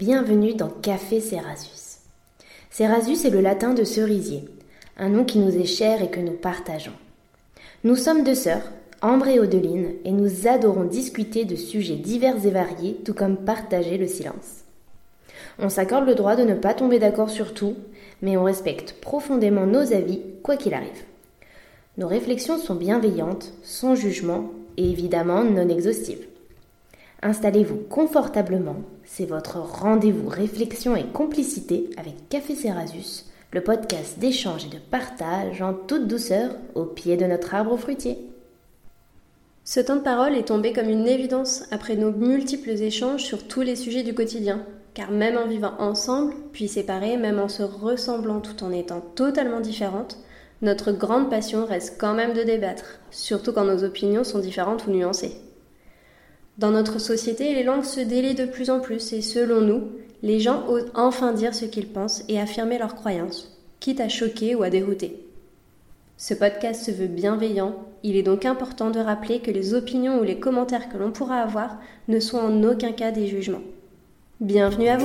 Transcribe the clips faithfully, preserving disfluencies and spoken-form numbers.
Bienvenue dans Café Cerasus. Cerasus est le latin de cerisier, un nom qui nous est cher et que nous partageons. Nous sommes deux sœurs, Ambre et Odeline, et nous adorons discuter de sujets divers et variés, tout comme partager le silence. On s'accorde le droit de ne pas tomber d'accord sur tout, mais on respecte profondément nos avis, quoi qu'il arrive. Nos réflexions sont bienveillantes, sans jugement et évidemment non exhaustives. Installez-vous confortablement, c'est votre rendez-vous réflexion et complicité avec Café Cerasus, le podcast d'échange et de partage en toute douceur au pied de notre arbre fruitier. Ce temps de parole est tombé comme une évidence après nos multiples échanges sur tous les sujets du quotidien. Car même en vivant ensemble, puis séparés, même en se ressemblant tout en étant totalement différentes, notre grande passion reste quand même de débattre, surtout quand nos opinions sont différentes ou nuancées. Dans notre société, les langues se délient de plus en plus et selon nous, les gens osent enfin dire ce qu'ils pensent et affirmer leurs croyances, quitte à choquer ou à dérouter. Ce podcast se veut bienveillant, il est donc important de rappeler que les opinions ou les commentaires que l'on pourra avoir ne sont en aucun cas des jugements. Bienvenue à vous!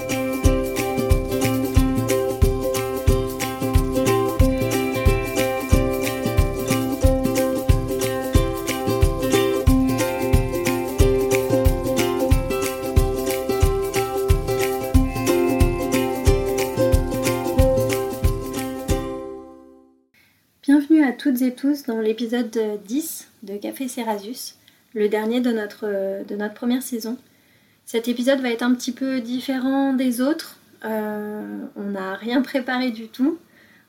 Bienvenue à toutes et tous dans l'épisode dix de Café Cerasus, le dernier de notre, de notre première saison. Cet épisode va être un petit peu différent des autres, euh, on n'a rien préparé du tout,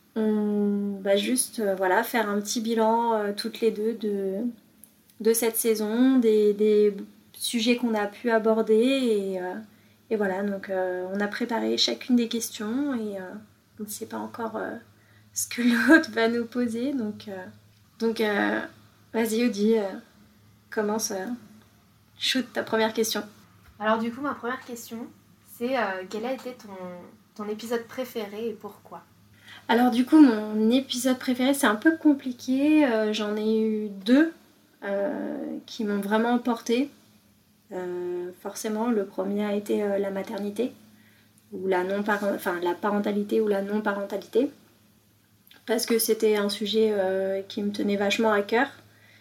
on va juste euh, voilà, faire un petit bilan euh, toutes les deux de, de cette saison, des, des sujets qu'on a pu aborder et, euh, et voilà, donc euh, on a préparé chacune des questions et euh, on ne sait pas encore euh, ce que l'autre va nous poser, donc, euh, donc euh, vas-y Audi, euh, commence, euh, shoot ta première question. Alors du coup, ma première question, c'est euh, quel a été ton, ton épisode préféré et pourquoi ? Alors du coup, mon épisode préféré, c'est un peu compliqué. Euh, j'en ai eu deux euh, qui m'ont vraiment portée. Euh, forcément, le premier a été euh, la maternité, ou la, non-parent... enfin, la parentalité ou la non-parentalité, parce que c'était un sujet euh, qui me tenait vachement à cœur.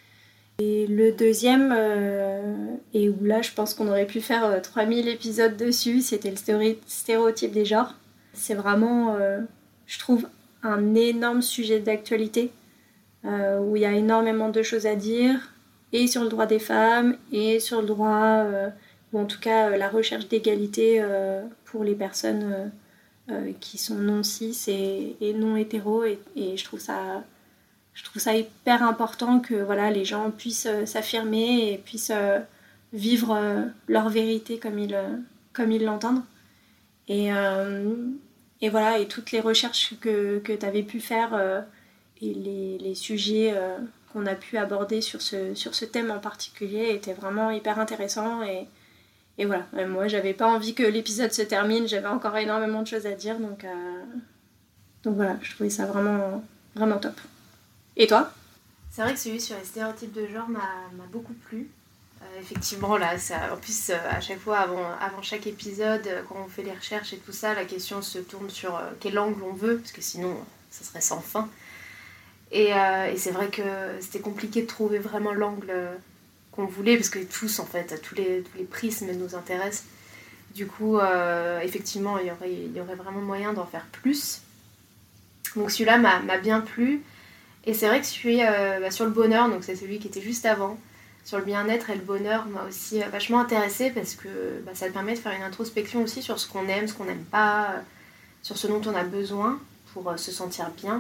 Et le deuxième, euh, et où là je pense qu'on aurait pu faire euh, trois mille épisodes dessus, c'était le stéréo- stéréotype des genres. C'est vraiment, euh, je trouve, un énorme sujet d'actualité, euh, où il y a énormément de choses à dire, et sur le droit des femmes, et sur le droit, euh, ou en tout cas euh, la recherche d'égalité euh, pour les personnes euh, euh, qui sont non-cis et, et non-hétéros, et, et je trouve ça... Je trouve ça hyper important que voilà, les gens puissent euh, s'affirmer et puissent euh, vivre euh, leur vérité comme ils, euh, comme ils l'entendent. Et, euh, et voilà, et toutes les recherches que, que tu avais pu faire euh, et les, les sujets euh, qu'on a pu aborder sur ce, sur ce thème en particulier étaient vraiment hyper intéressants. Et, et voilà, et moi, j'avais pas envie que l'épisode se termine, j'avais encore énormément de choses à dire. Donc, euh, donc voilà, je trouvais ça vraiment, vraiment top. Et toi ? C'est vrai que celui sur les stéréotypes de genre m'a, m'a beaucoup plu. Euh, effectivement, là, ça, en plus, euh, à chaque fois, avant, avant chaque épisode, euh, quand on fait les recherches et tout ça, la question se tourne sur euh, quel angle on veut, parce que sinon, ça serait sans fin. Et, euh, et c'est vrai que c'était compliqué de trouver vraiment l'angle qu'on voulait, parce que tous, en fait, tous les, tous les prismes nous intéressent. Du coup, euh, effectivement, il y aurait, il y aurait vraiment moyen d'en faire plus. Donc celui-là m'a, m'a bien plu. Et c'est vrai que je suis euh, bah, sur le bonheur, donc c'est celui qui était juste avant, sur le bien-être et le bonheur m'a aussi euh, vachement intéressée parce que bah, ça te permet de faire une introspection aussi sur ce qu'on aime, ce qu'on n'aime pas, euh, sur ce dont on a besoin pour euh, se sentir bien.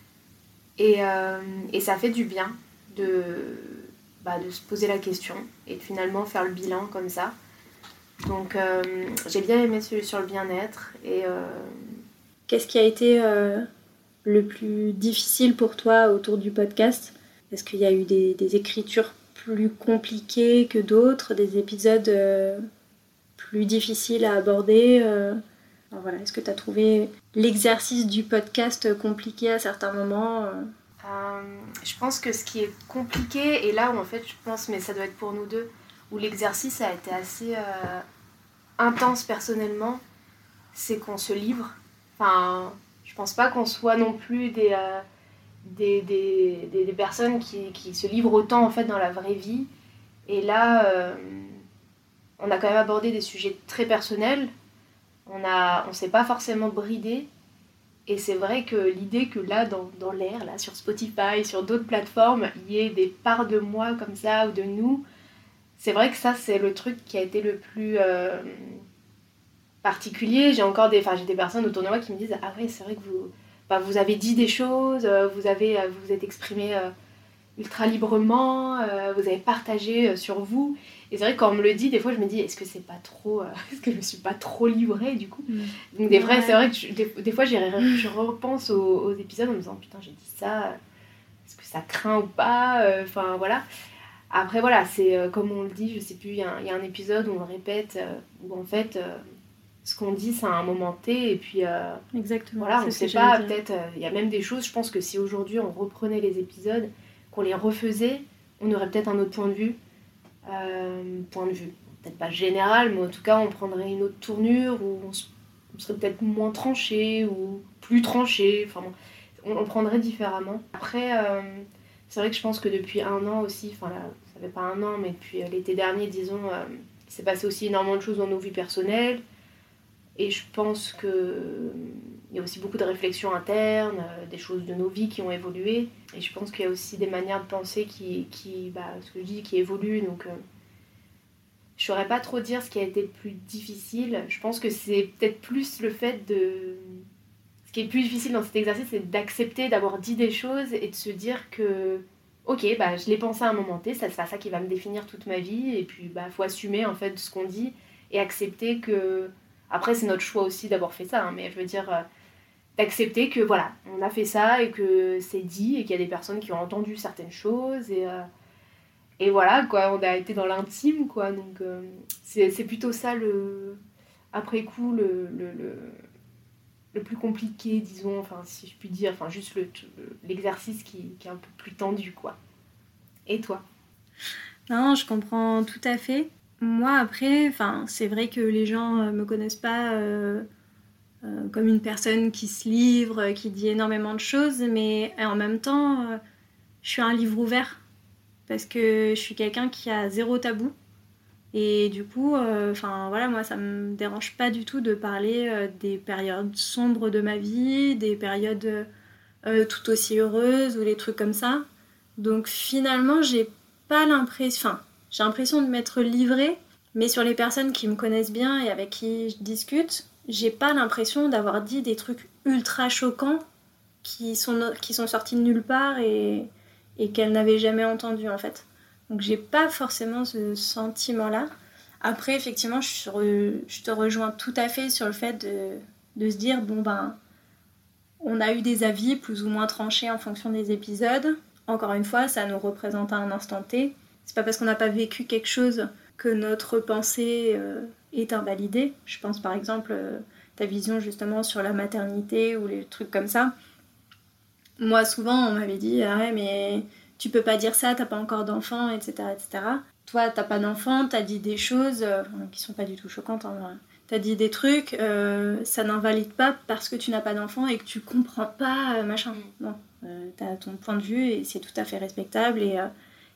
Et, euh, et ça fait du bien de, bah, de se poser la question et de finalement faire le bilan comme ça. Donc euh, j'ai bien aimé celui sur le bien-être. Et, euh... Qu'est-ce qui a été... Euh... le plus difficile pour toi autour du podcast? Est-ce qu'il y a eu des, des écritures plus compliquées que d'autres, des épisodes euh, plus difficiles à aborder euh, alors voilà, est-ce que tu as trouvé l'exercice du podcast compliqué à certains moments euh... Euh, je pense que ce qui est compliqué, et là où en fait je pense, mais ça doit être pour nous deux, où l'exercice a été assez, euh, intense personnellement, c'est qu'on se livre. Enfin, je pense pas qu'on soit non plus des, euh, des, des, des, des personnes qui, qui se livrent autant en fait dans la vraie vie. Et là, euh, on a quand même abordé des sujets très personnels. On a, on s'est pas forcément bridé. Et c'est vrai que l'idée que là, dans, dans l'air, là, sur Spotify, sur d'autres plateformes, il y ait des parts de moi comme ça, ou de nous, c'est vrai que ça, c'est le truc qui a été le plus euh, particulier. J'ai encore des, enfin, j'ai des personnes autour de moi qui me disent « Ah ouais, c'est vrai que vous, bah, vous avez dit des choses, vous avez, vous vous êtes exprimé euh, ultra librement, euh, vous avez partagé euh, sur vous. » Et c'est vrai que quand on me le dit, des fois, je me dis « Est-ce que c'est pas trop... Euh, est-ce que je me suis pas trop livrée, du coup ?» mmh. Donc des fois, ouais. C'est vrai que je, des, des fois, j'y, je repense aux, aux épisodes en me disant « Putain, j'ai dit ça, est-ce que ça craint ou pas ?» Enfin, euh, voilà. Après, voilà, c'est euh, comme on le dit, je sais plus, il y, y a un épisode où on le répète, euh, où en fait, euh, ce qu'on dit, c'est à un moment T, et puis euh, exactement, voilà, on ne sait pas, peut-être, il euh, y a même des choses, je pense que si aujourd'hui on reprenait les épisodes, qu'on les refaisait, on aurait peut-être un autre point de vue, euh, point de vue, peut-être pas général, mais en tout cas, on prendrait une autre tournure, où on, on serait peut-être moins tranché, ou plus tranché, enfin, on, on prendrait différemment. Après... Euh, c'est vrai que je pense que depuis un an aussi, enfin là, ça fait pas un an, mais depuis l'été dernier, disons, euh, il s'est passé aussi énormément de choses dans nos vies personnelles. Et je pense qu'il y a aussi beaucoup de réflexions internes, euh, des choses de nos vies qui ont évolué. Et je pense qu'il y a aussi des manières de penser qui, qui bah, ce que je dis, qui évoluent. Donc, euh, je saurais pas trop dire ce qui a été le plus difficile. Je pense que c'est peut-être plus le fait de... Ce qui est le plus difficile dans cet exercice, c'est d'accepter d'avoir dit des choses et de se dire que, ok, bah, je l'ai pensé à un moment T, ça, c'est pas ça qui va me définir toute ma vie, et puis bah, faut assumer en fait ce qu'on dit et accepter que... Après, c'est notre choix aussi d'avoir fait ça, hein, mais je veux dire, euh, d'accepter que voilà, on a fait ça et que c'est dit et qu'il y a des personnes qui ont entendu certaines choses et, euh, et voilà, quoi, on a été dans l'intime, quoi, donc euh, c'est, c'est plutôt ça le... Après coup, le... le, le le plus compliqué, disons, enfin, si je puis dire, enfin, juste le, l'exercice qui, qui est un peu plus tendu, quoi. Et toi ? Non, je comprends tout à fait. Moi, après, enfin, c'est vrai que les gens euh, me connaissent pas euh, euh, comme une personne qui se livre, qui dit énormément de choses, mais en même temps, euh, je suis un livre ouvert parce que je suis quelqu'un qui a zéro tabou. Et du coup, enfin euh, voilà, moi ça me dérange pas du tout de parler euh, des périodes sombres de ma vie, des périodes euh, tout aussi heureuses ou des trucs comme ça. Donc finalement, j'ai pas l'impression, enfin, j'ai l'impression de m'être livrée, mais sur les personnes qui me connaissent bien et avec qui je discute, j'ai pas l'impression d'avoir dit des trucs ultra choquants qui sont, qui sont sortis de nulle part et, et qu'elles n'avaient jamais entendu en fait. Donc j'ai pas forcément ce sentiment-là. Après, effectivement, je, re, je te rejoins tout à fait sur le fait de, de se dire, bon ben, on a eu des avis plus ou moins tranchés en fonction des épisodes. Encore une fois, ça nous représente à un instant T. C'est pas parce qu'on n'a pas vécu quelque chose que notre pensée euh, est invalidée. Je pense par exemple euh, ta vision justement sur la maternité ou les trucs comme ça. Moi, souvent, on m'avait dit, ah ouais, mais... tu peux pas dire ça, t'as pas encore d'enfant, et cetera, et cetera. Toi, t'as pas d'enfant, t'as dit des choses euh, qui sont pas du tout choquantes. Hein. T'as dit des trucs, euh, ça n'invalide pas parce que tu n'as pas d'enfant et que tu comprends pas, euh, machin. Non, euh, t'as ton point de vue et c'est tout à fait respectable. Et, euh,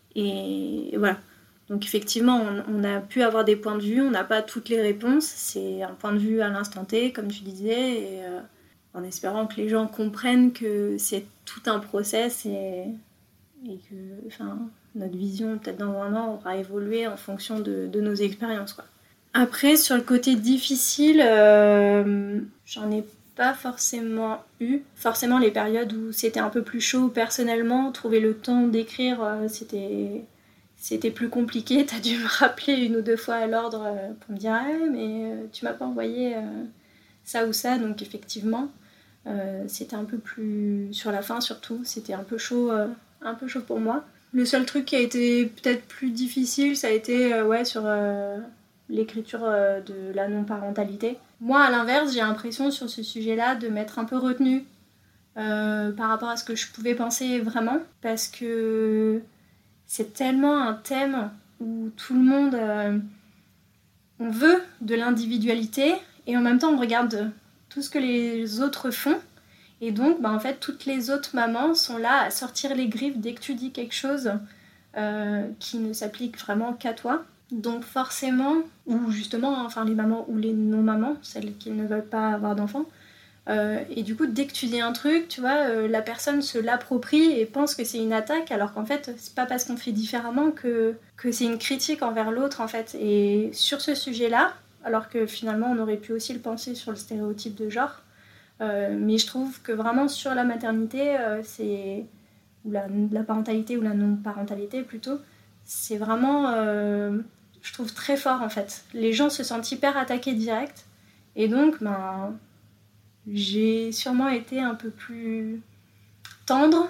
et, et voilà. Donc effectivement, on, on a pu avoir des points de vue, on n'a pas toutes les réponses. C'est un point de vue à l'instant T, comme tu disais, et euh, en espérant que les gens comprennent que c'est tout un process et... et que enfin, notre vision, peut-être dans un an, aura évolué en fonction de, de nos expériences, quoi. Après, sur le côté difficile, euh, j'en ai pas forcément eu. Forcément, les périodes où c'était un peu plus chaud personnellement, trouver le temps d'écrire, euh, c'était, c'était plus compliqué. T'as dû me rappeler une ou deux fois à l'ordre euh, pour me dire ah, « mais euh, tu m'as pas envoyé euh, ça ou ça », donc effectivement, euh, c'était un peu plus... Sur la fin, surtout, c'était un peu chaud... Euh, un peu chaud pour moi. Le seul truc qui a été peut-être plus difficile, ça a été euh, ouais, sur euh, l'écriture euh, de la non-parentalité. Moi, à l'inverse, j'ai l'impression sur ce sujet-là de m'être un peu retenue euh, par rapport à ce que je pouvais penser vraiment, parce que c'est tellement un thème où tout le monde... Euh, on veut de l'individualité et en même temps on regarde tout ce que les autres font. Et donc, bah, en fait, toutes les autres mamans sont là à sortir les griffes dès que tu dis quelque chose euh, qui ne s'applique vraiment qu'à toi. Donc forcément, ou justement, enfin les mamans ou les non-mamans, celles qui ne veulent pas avoir d'enfants, euh, et du coup, dès que tu dis un truc, tu vois, euh, la personne se l'approprie et pense que c'est une attaque, alors qu'en fait, c'est pas parce qu'on fait différemment que, que c'est une critique envers l'autre, en fait. Et sur ce sujet-là, alors que finalement, on aurait pu aussi le penser sur le stéréotype de genre, Euh, mais je trouve que vraiment sur la maternité, euh, c'est, ou la, la parentalité ou la non-parentalité plutôt, c'est vraiment, euh, je trouve très fort en fait. Les gens se sentent hyper attaqués direct et donc ben, j'ai sûrement été un peu plus tendre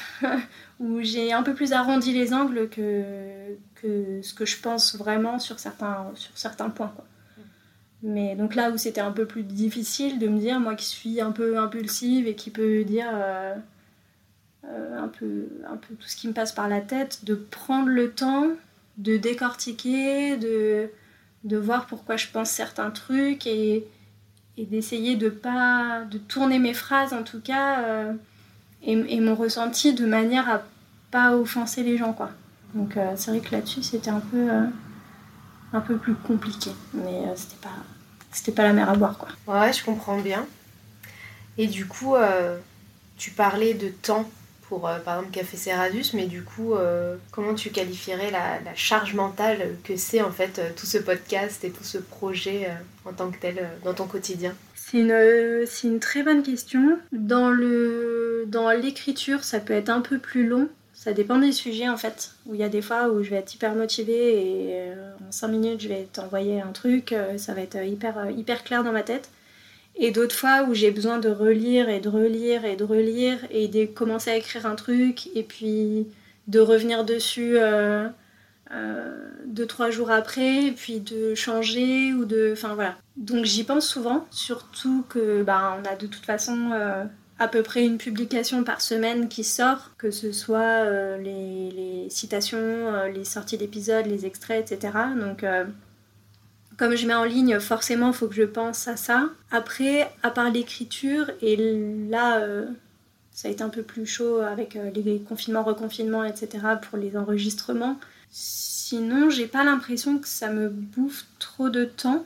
ou j'ai un peu plus arrondi les angles que, que ce que je pense vraiment sur certains, sur certains points, quoi. Mais donc là où c'était un peu plus difficile de me dire, moi qui suis un peu impulsive et qui peut dire euh, euh, un, peu, un peu tout ce qui me passe par la tête, de prendre le temps de décortiquer, de, de voir pourquoi je pense certains trucs et, et d'essayer de pas de tourner mes phrases en tout cas euh, et, et mon ressenti de manière à pas offenser les gens, quoi. Donc euh, c'est vrai que là-dessus c'était un peu, euh, un peu plus compliqué, mais euh, c'était pas... C'était pas la mer à boire, quoi. Ouais, je comprends bien. Et du coup, euh, tu parlais de temps pour, euh, par exemple, Café Céradus, mais du coup, euh, comment tu qualifierais la, la charge mentale que c'est, en fait, euh, tout ce podcast et tout ce projet euh, en tant que tel euh, dans ton quotidien ? C'est une, euh, c'est une très bonne question. Dans, le, dans l'écriture, ça peut être un peu plus long. Ça dépend des sujets, en fait. Où il y a des fois où je vais être hyper motivée et euh, en cinq minutes, je vais t'envoyer un truc. Euh, ça va être hyper, euh, hyper clair dans ma tête. Et d'autres fois où j'ai besoin de relire et de relire et de relire et de commencer à écrire un truc et puis de revenir dessus euh, euh, deux, trois jours après et puis de changer ou de... Enfin voilà. Donc j'y pense souvent, surtout que bah, on a de toute façon euh, à peu près une publication par semaine qui sort, que ce soit euh, les, les citations, euh, les sorties d'épisodes, les extraits, et cetera. Donc... Euh, Comme je mets en ligne, forcément, il faut que je pense à ça. Après, à part l'écriture, et là, euh, ça a été un peu plus chaud avec euh, les confinements, reconfinements, et cetera pour les enregistrements. Sinon, j'ai pas l'impression que ça me bouffe trop de temps.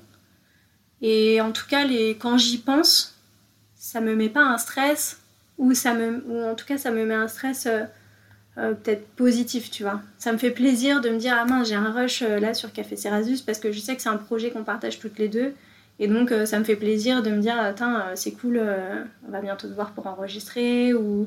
Et en tout cas, les... quand j'y pense, ça me met pas un stress, ou, ça me... ou en tout cas, ça me met un stress... Euh, Euh, peut-être positif, tu vois. Ça me fait plaisir de me dire, ah mince, j'ai un rush euh, là sur Café Céradus parce que je sais que c'est un projet qu'on partage toutes les deux. Et donc, euh, ça me fait plaisir de me dire, attends, euh, c'est cool, euh, on va bientôt te voir pour enregistrer. Ou,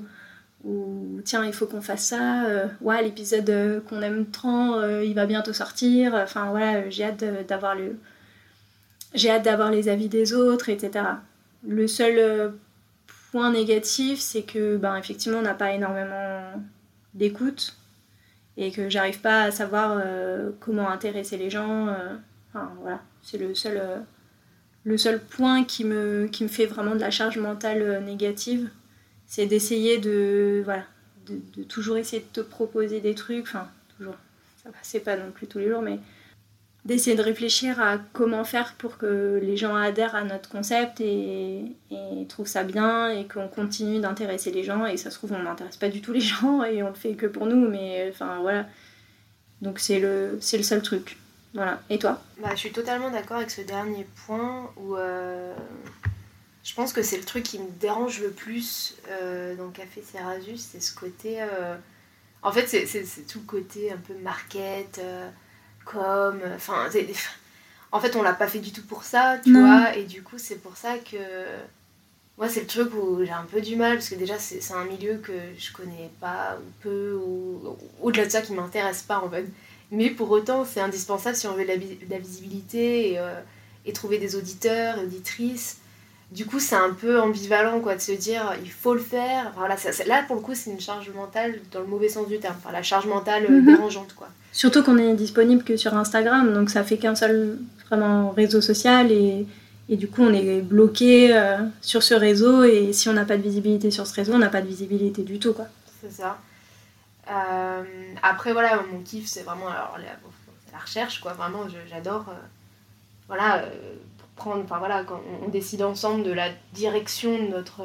ou tiens, il faut qu'on fasse ça. Euh, ouais, l'épisode euh, qu'on aime tant, euh, il va bientôt sortir. Enfin, voilà, j'ai hâte de, d'avoir le... J'ai hâte d'avoir les avis des autres, et cetera. Le seul euh, point négatif, c'est que, ben, effectivement, on n'a pas énormément d'écoute et que j'arrive pas à savoir euh, comment intéresser les gens. Euh, enfin voilà, c'est le seul, euh, le seul point qui me, qui me fait vraiment de la charge mentale euh, négative, c'est d'essayer de, voilà, de, de toujours essayer de te proposer des trucs, enfin toujours, ça c'est pas non plus tous les jours, mais d'essayer de réfléchir à comment faire pour que les gens adhèrent à notre concept et, et trouvent ça bien et qu'on continue d'intéresser les gens. Et ça se trouve, on n'intéresse pas du tout les gens et on le fait que pour nous, mais enfin voilà. Donc c'est le, c'est le seul truc. Voilà. Et toi ? Bah, je suis totalement d'accord avec ce dernier point où euh, je pense que c'est le truc qui me dérange le plus euh, dans Café Céradus, c'est ce côté... Euh... En fait, c'est, c'est, c'est tout le côté un peu market... Euh... comme enfin en fait on l'a pas fait du tout pour ça, tu non. vois, et du coup c'est pour ça que moi c'est le truc où j'ai un peu du mal parce que déjà c'est, c'est un milieu que je connais pas ou peu ou, ou au-delà de ça qui m'intéresse pas en fait, mais pour autant c'est indispensable si on veut de la, de la visibilité et, euh, et trouver des auditeurs et auditrices. Du coup c'est un peu ambivalent quoi de se dire il faut le faire, enfin, voilà, ça, là pour le coup c'est une charge mentale dans le mauvais sens du terme, enfin la charge mentale mm-hmm. dérangeante quoi. Surtout qu'on est disponible que sur Instagram, donc ça fait qu'un seul vraiment réseau social et, et du coup on est bloqué euh, sur ce réseau et si on n'a pas de visibilité sur ce réseau, on n'a pas de visibilité du tout quoi. C'est ça. Euh, après voilà, mon kiff c'est vraiment alors, la, la recherche quoi, vraiment je, j'adore. Euh, voilà, euh, pour prendre, enfin voilà, quand on décide ensemble de la direction de notre,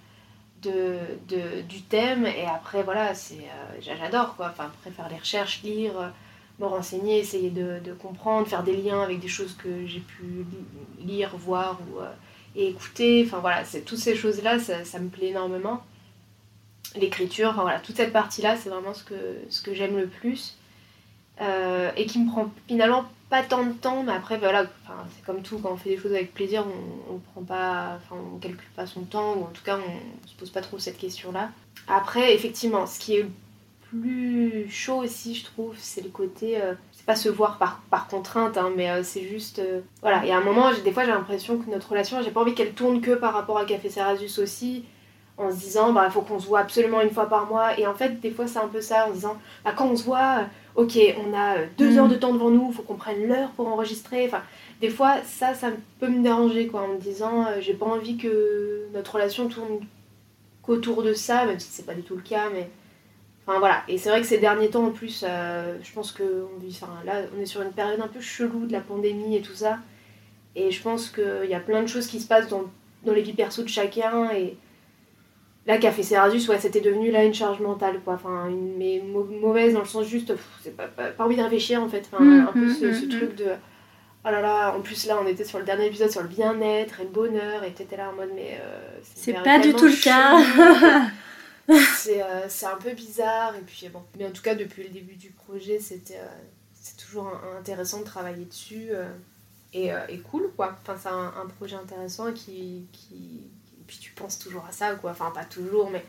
de, de, du thème, et après voilà, c'est, euh, j'adore quoi, enfin après faire les recherches, lire, me renseigner, essayer de, de comprendre, faire des liens avec des choses que j'ai pu lire, voir ou, euh, et écouter, enfin voilà, c'est, toutes ces choses-là, ça, ça me plaît énormément. L'écriture, enfin voilà, toute cette partie-là, c'est vraiment ce que, ce que j'aime le plus. Euh, et qui me prend finalement pas tant de temps, mais après voilà, c'est comme tout, quand on fait des choses avec plaisir, on, on prend pas, enfin on calcule pas son temps, ou en tout cas on, on se pose pas trop cette question-là. Après, effectivement, ce qui est le plus chaud aussi, je trouve, c'est le côté, euh, c'est pas se voir par, par contrainte, hein, mais euh, c'est juste, euh, voilà, il y a un moment, des fois j'ai l'impression que notre relation, j'ai pas envie qu'elle tourne que par rapport à Café Cerasus aussi, en se disant, bah, il faut qu'on se voit absolument une fois par mois. Et en fait, des fois, c'est un peu ça, en se disant, bah, quand on se voit, euh, ok, on a deux mmh. heures de temps devant nous, il faut qu'on prenne l'heure pour enregistrer. Enfin, des fois, ça, ça peut me déranger, quoi, en me disant, euh, j'ai pas envie que notre relation tourne qu'autour de ça, même si c'est pas du tout le cas, mais... Enfin, voilà. Et c'est vrai que ces derniers temps, en plus, euh, je pense que on vit, enfin, là, on est sur une période un peu chelou de la pandémie et tout ça. Et je pense qu'il y a plein de choses qui se passent dans, dans les vies perso de chacun, et... Là, Café Cerasus, ouais, c'était devenu là une charge mentale, quoi. Enfin, une, mais mauvaise dans le sens juste, pff, c'est pas, pas, pas envie de réfléchir en fait. Enfin, mmh, un peu ce, mmh, ce mmh. truc de, oh là là, en plus là, on était sur le dernier épisode sur le bien-être et le bonheur, et t'étais là en mode, mais euh, c'est, c'est pas du tout le cas. c'est, euh, c'est un peu bizarre, et puis bon. Mais en tout cas, depuis le début du projet, c'était, euh, c'est toujours un, intéressant de travailler dessus, euh, et, euh, et cool, quoi. Enfin, c'est un, un projet intéressant qui. qui puis tu penses toujours à ça, quoi. Enfin, pas toujours, mais...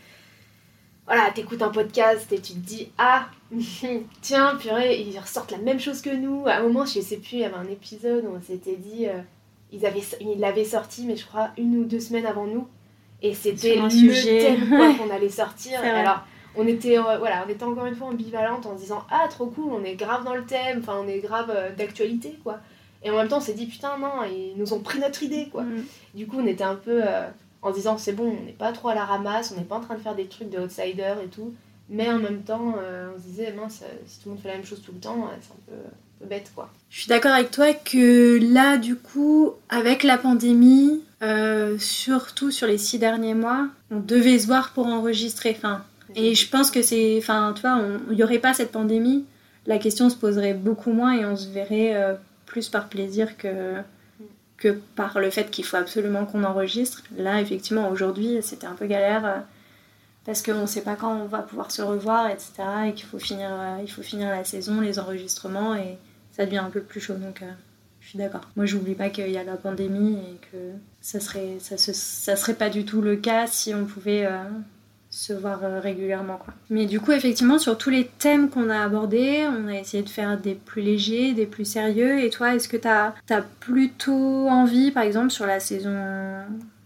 Voilà, t'écoutes un podcast et tu te dis « Ah, tiens, purée, ils ressortent la même chose que nous. » À un moment, je sais plus, il y avait un épisode où on s'était dit... Euh, ils, avaient, ils l'avaient sorti, mais je crois, une ou deux semaines avant nous. Et c'était le sujet. thème quoi, qu'on allait sortir. Et alors, on était, euh, voilà, on était encore une fois ambivalente en se disant « Ah, trop cool, on est grave dans le thème. Enfin, on est grave euh, d'actualité, quoi. » Et en même temps, on s'est dit « Putain, non, ils nous ont pris notre idée, quoi. Mm. » Du coup, on était un peu... Euh, en se disant c'est bon, on n'est pas trop à la ramasse, on n'est pas en train de faire des trucs de outsider et tout, mais en même temps euh, on se disait mince, si tout le monde fait la même chose tout le temps, c'est un peu, un peu bête quoi. Je suis d'accord avec toi que là du coup avec la pandémie, euh, surtout sur les six derniers mois, on devait se voir pour enregistrer, enfin, et je pense que c'est, enfin tu vois, il n'y aurait pas cette pandémie, la question se poserait beaucoup moins et on se verrait euh, plus par plaisir que... que par le fait qu'il faut absolument qu'on enregistre. Là, effectivement, aujourd'hui, c'était un peu galère euh, parce qu'on ne sait pas quand on va pouvoir se revoir, et cetera. Et qu'il faut finir, euh, il faut finir la saison, les enregistrements, et ça devient un peu plus chaud. Donc, euh, je suis d'accord. Moi, j'oublie pas qu'il y a la pandémie et que ça serait, ça se, ça serait pas du tout le cas si on pouvait euh, se voir euh, régulièrement, quoi. Mais du coup, effectivement, sur tous les thèmes qu'on a abordés, on a essayé de faire des plus légers, des plus sérieux. Et toi, est-ce que t'as, t'as plutôt envie, par exemple, sur la saison...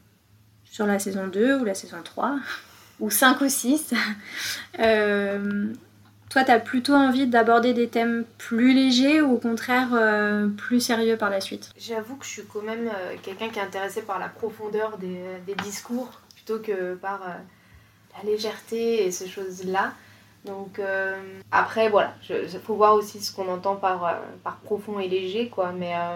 sur la saison deux ou la saison trois, ou cinq ou six, euh, toi, t'as plutôt envie d'aborder des thèmes plus légers ou au contraire euh, plus sérieux par la suite ? J'avoue que je suis quand même euh, quelqu'un qui est intéressé par la profondeur des, des discours plutôt que par... Euh, la légèreté et ces choses-là. Donc euh, après, voilà, il faut voir aussi ce qu'on entend par, euh, par profond et léger, quoi. Mais euh,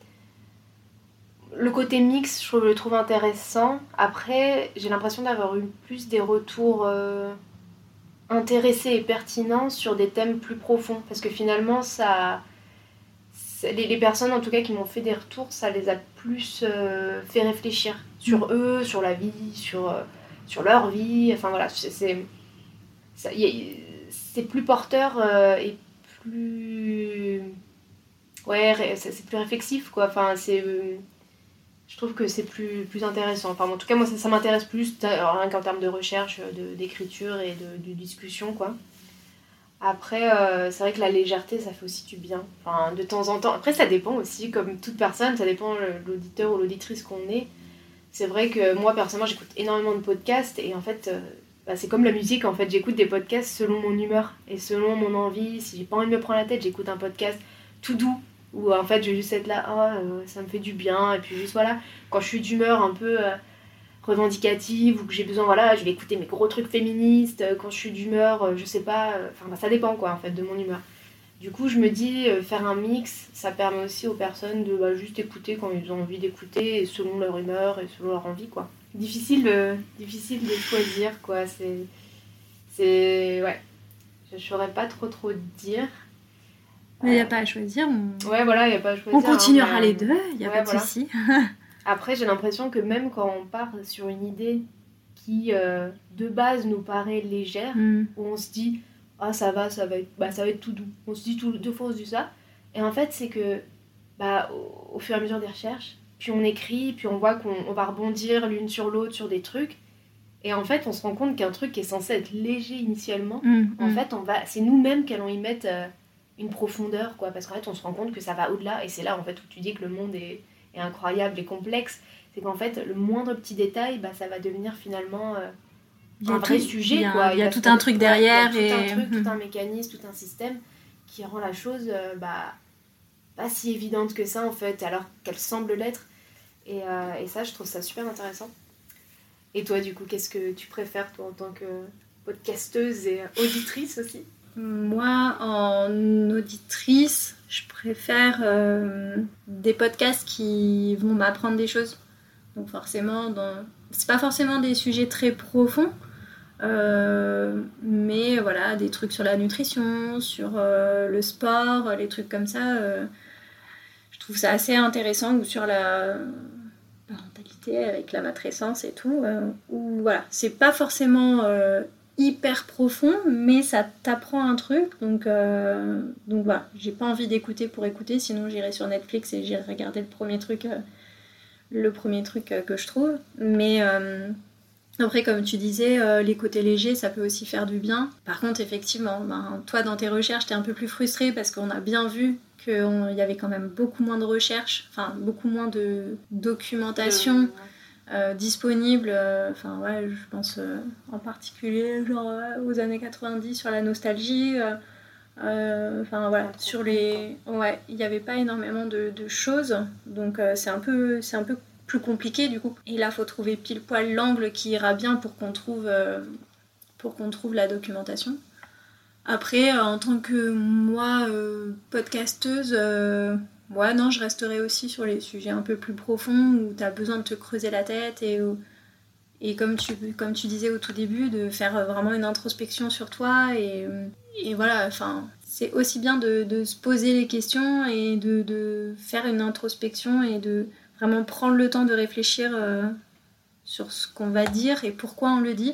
le côté mix, je, trouve, je le trouve intéressant. Après, j'ai l'impression d'avoir eu plus des retours euh, intéressés et pertinents sur des thèmes plus profonds. Parce que finalement, ça, ça les, les personnes, en tout cas, qui m'ont fait des retours, ça les a plus euh, fait réfléchir sur eux, sur la vie, sur... Euh, sur leur vie, enfin voilà, c'est, c'est, ça, y a, c'est plus porteur euh, et plus... Ouais, c'est, c'est plus réflexif, quoi, enfin, c'est... Euh, je trouve que c'est plus, plus intéressant, enfin, en tout cas, moi, ça, ça m'intéresse plus, rien qu'en termes de recherche, de, d'écriture et de, de discussion, quoi. Après, euh, c'est vrai que la légèreté, ça fait aussi du bien, enfin, de temps en temps. Après, ça dépend aussi, comme toute personne, ça dépend de l'auditeur ou l'auditrice qu'on est. C'est vrai que moi, personnellement, j'écoute énormément de podcasts et en fait, euh, bah, c'est comme la musique, en fait, j'écoute des podcasts selon mon humeur et selon mon envie. Si j'ai pas envie de me prendre la tête, j'écoute un podcast tout doux où en fait, je vais juste être là, oh, euh, ça me fait du bien. Et puis juste voilà, quand je suis d'humeur un peu euh, revendicative ou que j'ai besoin, voilà, je vais écouter mes gros trucs féministes. Quand je suis d'humeur, euh, je sais pas, enfin, euh, bah, ça dépend quoi, en fait, de mon humeur. Du coup, je me dis, euh, faire un mix, ça permet aussi aux personnes de bah, juste écouter quand ils ont envie d'écouter, et selon leur humeur et selon leur envie, quoi. Difficile de, difficile de choisir, quoi. C'est, c'est... Ouais. Je ne saurais pas trop trop dire. Mais il n'y a pas à choisir. On... Ouais, voilà, il n'y a pas à choisir. On continuera hein, mais... les deux, il n'y a ouais, pas de voilà. souci. Après, j'ai l'impression que même quand on part sur une idée qui, euh, de base, nous paraît légère, mm. où on se dit... Ah, ça va, ça va être, bah, ça va être tout doux. On se dit tout, deux fois, on se dit ça. Et en fait, c'est que, bah, au, au fur et à mesure des recherches, puis on écrit, puis on voit qu'on on va rebondir l'une sur l'autre sur des trucs. Et en fait, on se rend compte qu'un truc qui est censé être léger initialement, mmh, en mmh. fait, on va, c'est nous-mêmes qui allons y mettre euh, une profondeur, quoi. Parce qu'en fait, on se rend compte que ça va au-delà. Et c'est là, en fait, où tu dis que le monde est, est incroyable et complexe. C'est qu'en fait, le moindre petit détail, bah, ça va devenir finalement... Euh, Il y a un vrai tout, sujet, il y a, quoi. Il y a, il y a tout un truc derrière. Il y a tout et... un truc, tout un mécanisme, tout un système qui rend la chose euh, bah, pas si évidente que ça, en fait, alors qu'elle semble l'être. Et, euh, et ça, je trouve ça super intéressant. Et toi, du coup, qu'est-ce que tu préfères, toi, en tant que podcasteuse et auditrice aussi ? Moi, en auditrice, je préfère euh, des podcasts qui vont m'apprendre des choses. Donc forcément, dans... c'est pas forcément des sujets très profonds, euh, mais voilà, des trucs sur la nutrition, sur euh, le sport, les trucs comme ça, euh, je trouve ça assez intéressant, ou sur la parentalité avec la matrescence et tout, euh, où voilà, c'est pas forcément euh, hyper profond, mais ça t'apprend un truc, donc, euh, donc voilà, j'ai pas envie d'écouter pour écouter, sinon j'irai sur Netflix et j'irai regarder le premier truc, euh, le premier truc euh, que je trouve, mais... Euh, Après, comme tu disais, euh, les côtés légers, ça peut aussi faire du bien. Par contre, effectivement, ben, toi, dans tes recherches, t'es un peu plus frustrée parce qu'on a bien vu qu'il y avait quand même beaucoup moins de recherches, enfin, beaucoup moins de documentation euh, disponible. Enfin, euh, ouais, je pense euh, en particulier genre, euh, aux années quatre-vingt-dix sur la nostalgie. Enfin, euh, euh, voilà, sur les... Ouais, il n'y avait pas énormément de, de choses. Donc, euh, c'est un peu... C'est un peu plus compliqué du coup. Et là, il faut trouver pile poil l'angle qui ira bien pour qu'on trouve, euh, pour qu'on trouve la documentation. Après, euh, en tant que moi, euh, podcasteuse, euh, ouais, non, je resterai aussi sur les sujets un peu plus profonds où tu as besoin de te creuser la tête et, où, et comme, tu, comme tu disais au tout début, de faire vraiment une introspection sur toi. Et, et voilà, enfin, c'est aussi bien de, de se poser les questions et de, de faire une introspection et de vraiment prendre le temps de réfléchir euh, sur ce qu'on va dire et pourquoi on le dit.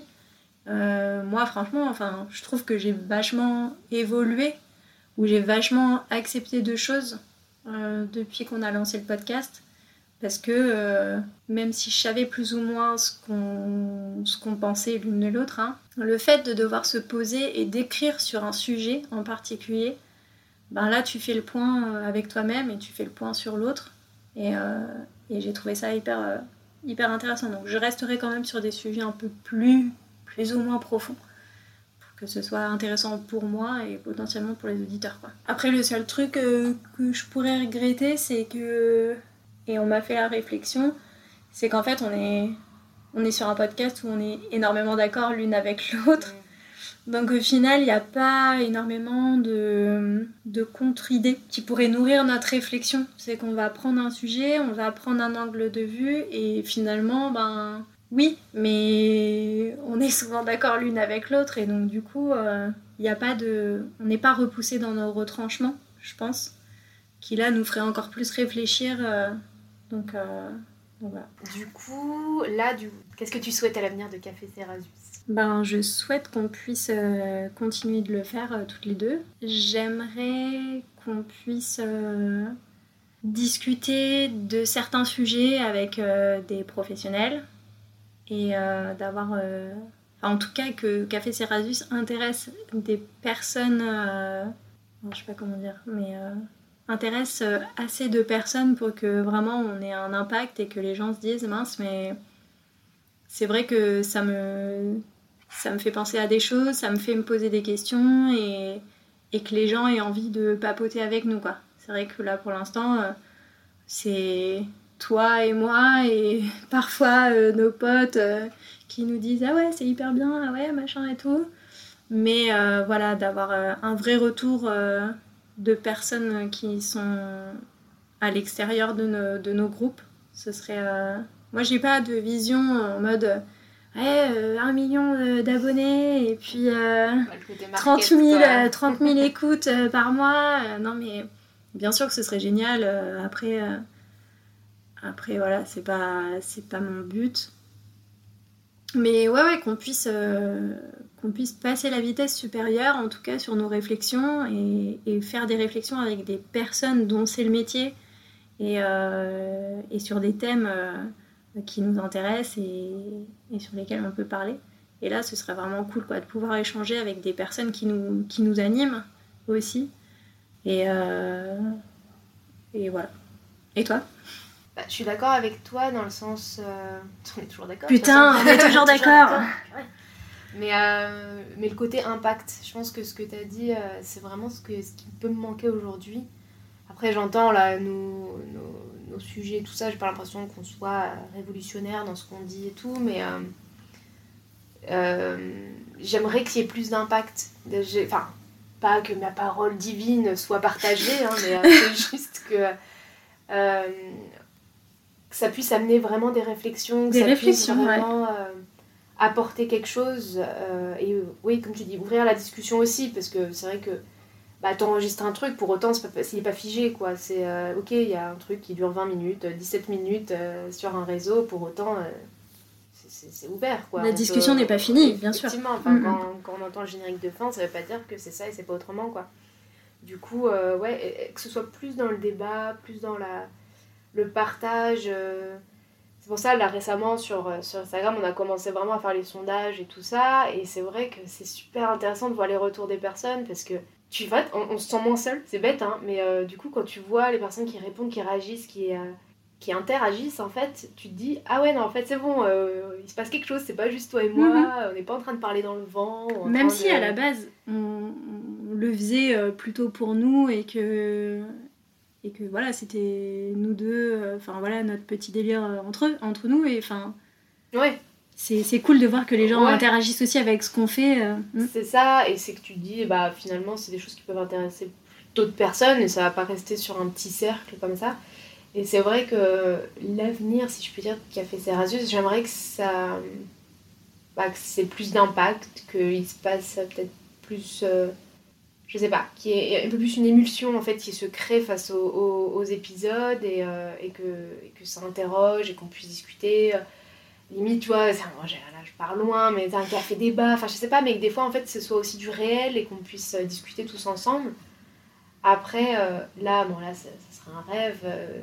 Euh, moi, franchement, enfin, je trouve que j'ai vachement évolué, ou j'ai vachement accepté de choses euh, depuis qu'on a lancé le podcast. Parce que euh, même si je savais plus ou moins ce qu'on, ce qu'on pensait l'une et l'autre, hein, le fait de devoir se poser et d'écrire sur un sujet en particulier, ben là, tu fais le point avec toi-même et tu fais le point sur l'autre. Et, euh, et j'ai trouvé ça hyper, euh, hyper intéressant. Donc je resterai quand même sur des sujets un peu plus, plus ou moins profonds pour que ce soit intéressant pour moi et potentiellement pour les auditeurs, quoi. Après, le seul truc euh, que je pourrais regretter, c'est que, et on m'a fait la réflexion, c'est qu'en fait on est, on est sur un podcast où on est énormément d'accord l'une avec l'autre. Donc au final, il n'y a pas énormément de, de contre-idées qui pourraient nourrir notre réflexion. C'est qu'on va prendre un sujet, on va prendre un angle de vue et finalement, ben oui, mais on est souvent d'accord l'une avec l'autre et donc du coup, euh, y a pas de, on n'est pas repoussé dans nos retranchements, je pense, qui là nous ferait encore plus réfléchir. Euh, donc, euh, donc voilà. Du coup, là, du... qu'est-ce que tu souhaites à l'avenir de Café Cerasus ? Ben, je souhaite qu'on puisse euh, continuer de le faire euh, toutes les deux. J'aimerais qu'on puisse euh, discuter de certains sujets avec euh, des professionnels et euh, d'avoir... Euh, enfin, en tout cas, que Café Cerasus intéresse des personnes... Euh, je sais pas comment dire, mais... Euh, intéresse assez de personnes pour que vraiment on ait un impact et que les gens se disent « mince, mais... » C'est vrai que ça me, ça me fait penser à des choses, ça me fait me poser des questions et, et que les gens aient envie de papoter avec nous, quoi. C'est vrai que là, pour l'instant, euh, c'est toi et moi et parfois euh, nos potes euh, qui nous disent « ah ouais, c'est hyper bien, ah ouais, machin et tout ». Mais euh, voilà, d'avoir euh, un vrai retour euh, de personnes qui sont à l'extérieur de nos, de nos groupes. Ce serait... Euh... Moi, j'ai pas de vision en mode... Ouais, euh, un million d'abonnés et puis euh, ouais, trente mille, euh, trente mille écoutes euh, par mois. Euh, non, mais bien sûr que ce serait génial. Euh, après, euh, après, voilà, c'est pas, c'est pas mon but. Mais ouais, ouais, qu'on puisse, euh, qu'on puisse passer la vitesse supérieure, en tout cas sur nos réflexions, et, et faire des réflexions avec des personnes dont c'est le métier, et, euh, et sur des thèmes... Euh, qui nous intéressent et, et sur lesquels on peut parler. Et là, ce serait vraiment cool quoi, de pouvoir échanger avec des personnes qui nous, qui nous animent aussi. Et, euh, et voilà. Et toi ? Bah, je suis d'accord avec toi dans le sens... Euh... On est toujours d'accord. Putain, on est toujours d'accord. Ouais. Mais, euh, mais le côté impact, je pense que ce que tu as dit, euh, c'est vraiment ce, que, ce qui peut me manquer aujourd'hui. Après, j'entends là, nos, nos, nos sujets, tout ça, j'ai pas l'impression qu'on soit révolutionnaire dans ce qu'on dit et tout, mais euh, euh, j'aimerais qu'il y ait plus d'impact. Enfin, pas que ma parole divine soit partagée, hein, mais euh, c'est juste que, euh, que ça puisse amener vraiment des réflexions, que des ça réflexions, puisse vraiment ouais. euh, apporter quelque chose. Euh, et euh, oui, comme tu dis, ouvrir la discussion aussi, parce que c'est vrai que bah, t'enregistres un truc, pour autant, c'est pas, il n'est pas figé, quoi. C'est, euh, ok, il y a un truc qui dure vingt minutes, dix-sept minutes euh, sur un réseau, pour autant, euh, c'est, c'est, c'est ouvert, quoi. La on discussion peut, n'est pas finie, bien sûr. Effectivement, enfin, mm-hmm. quand, quand on entend le générique de fin, ça veut pas dire que c'est ça et c'est pas autrement, quoi. Du coup, euh, ouais, et, et que ce soit plus dans le débat, plus dans la, le partage... Euh, c'est pour ça, là, récemment, sur, sur Instagram, on a commencé vraiment à faire les sondages et tout ça, et c'est vrai que c'est super intéressant de voir les retours des personnes, parce que tu vas, on, on se sent moins seul, c'est bête, hein, mais euh, du coup, quand tu vois les personnes qui répondent, qui réagissent, qui, euh, qui interagissent, en fait, tu te dis, ah ouais, non, en fait, c'est bon, euh, il se passe quelque chose, c'est pas juste toi et moi, mm-hmm. on n'est pas en train de parler dans le vent. Même si, de... à la base, on, on le faisait euh, plutôt pour nous, et que, et que voilà, c'était nous deux, enfin euh, voilà, notre petit délire euh, entre, entre nous, et enfin... Ouais. C'est, c'est cool de voir que les gens ouais. interagissent aussi avec ce qu'on fait. Euh. C'est ça, et c'est que tu te dis, bah finalement, c'est des choses qui peuvent intéresser d'autres personnes, et ça va pas rester sur un petit cercle comme ça. Et c'est vrai que l'avenir, si je puis dire, qui a fait Cerasus, j'aimerais que ça... Bah, que c'est plus d'impact, qu'il se passe peut-être plus... Euh, je sais pas, qu'il y ait un peu plus une émulsion, en fait, qui se crée face aux, aux, aux épisodes, et, euh, et, que, et que ça interroge, et qu'on puisse discuter... Limite, tu vois, c'est, bon, là je pars loin, mais c'est un café débat, enfin je sais pas, mais que des fois en fait ce soit aussi du réel et qu'on puisse euh, discuter tous ensemble. Après, euh, là, bon là ça, ça serait un rêve, euh...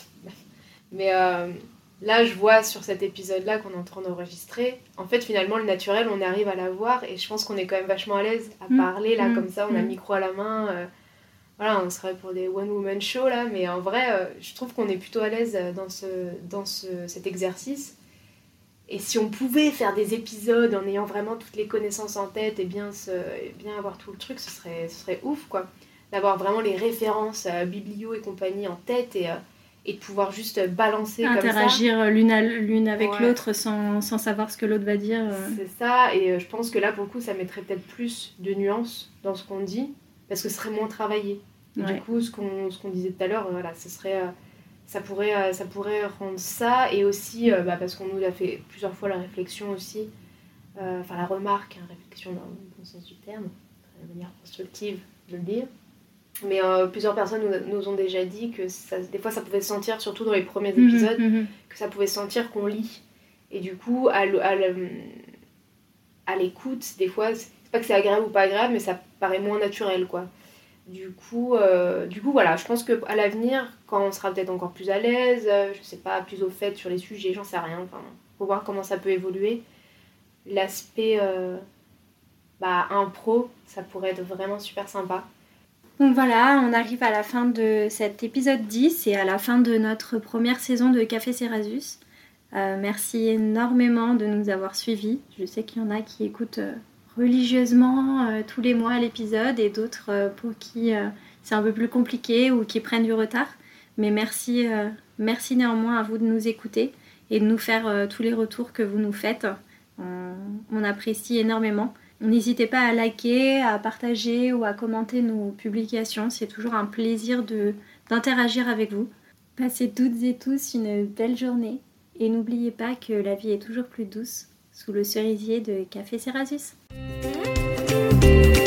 mais euh, là je vois sur cet épisode-là qu'on est en train d'enregistrer, en fait finalement le naturel on arrive à l'avoir et je pense qu'on est quand même vachement à l'aise à parler là, mmh. comme ça, on a le micro à la main, euh... voilà, on serait pour des one-woman show là, mais en vrai euh, je trouve qu'on est plutôt à l'aise dans, ce, dans ce, cet exercice. Et si on pouvait faire des épisodes en ayant vraiment toutes les connaissances en tête et bien, se, et bien avoir tout le truc, ce serait, ce serait ouf, quoi. D'avoir vraiment les références, euh, biblio et compagnie en tête et, euh, et de pouvoir juste balancer comme ça. Interagir l'une, à, l'une avec ouais. l'autre sans, sans savoir ce que l'autre va dire. Euh. C'est ça, et euh, je pense que là, pour le coup, ça mettrait peut-être plus de nuances dans ce qu'on dit, parce que ce serait moins travaillé. Et ouais. du coup, ce qu'on, ce qu'on disait tout à l'heure, voilà, ce serait... Euh, Ça pourrait, ça pourrait rendre ça, et aussi, euh, bah, parce qu'on nous a fait plusieurs fois la réflexion aussi, euh, enfin la remarque, hein, réflexion dans le bon sens du terme, de manière constructive de le dire, mais euh, plusieurs personnes nous, nous ont déjà dit que ça, des fois ça pouvait se sentir, surtout dans les premiers épisodes, mmh, mmh. que ça pouvait sentir qu'on lit, et du coup, à, à, à l'écoute, des fois, c'est pas que c'est agréable ou pas agréable, mais ça paraît moins naturel, quoi. Du coup, euh, du coup, voilà, je pense qu'à l'avenir, quand on sera peut-être encore plus à l'aise, euh, je sais pas, plus au fait sur les sujets, j'en sais rien, enfin, faut voir comment ça peut évoluer. L'aspect euh, bah, impro, ça pourrait être vraiment super sympa. Donc voilà, on arrive à la fin de cet épisode dix et à la fin de notre première saison de Café Cerasus. Euh, merci énormément de nous avoir suivis. Je sais qu'il y en a qui écoutent... Euh, religieusement euh, tous les mois l'épisode et d'autres euh, pour qui euh, c'est un peu plus compliqué ou qui prennent du retard. Mais merci, euh, merci néanmoins à vous de nous écouter et de nous faire euh, tous les retours que vous nous faites. On, on apprécie énormément N'hésitez pas à liker, à partager ou à commenter nos publications. C'est toujours un plaisir de, d'interagir avec vous. Passez toutes et tous une belle journée. Et n'oubliez pas que la vie est toujours plus douce sous le cerisier de Café Cerasus.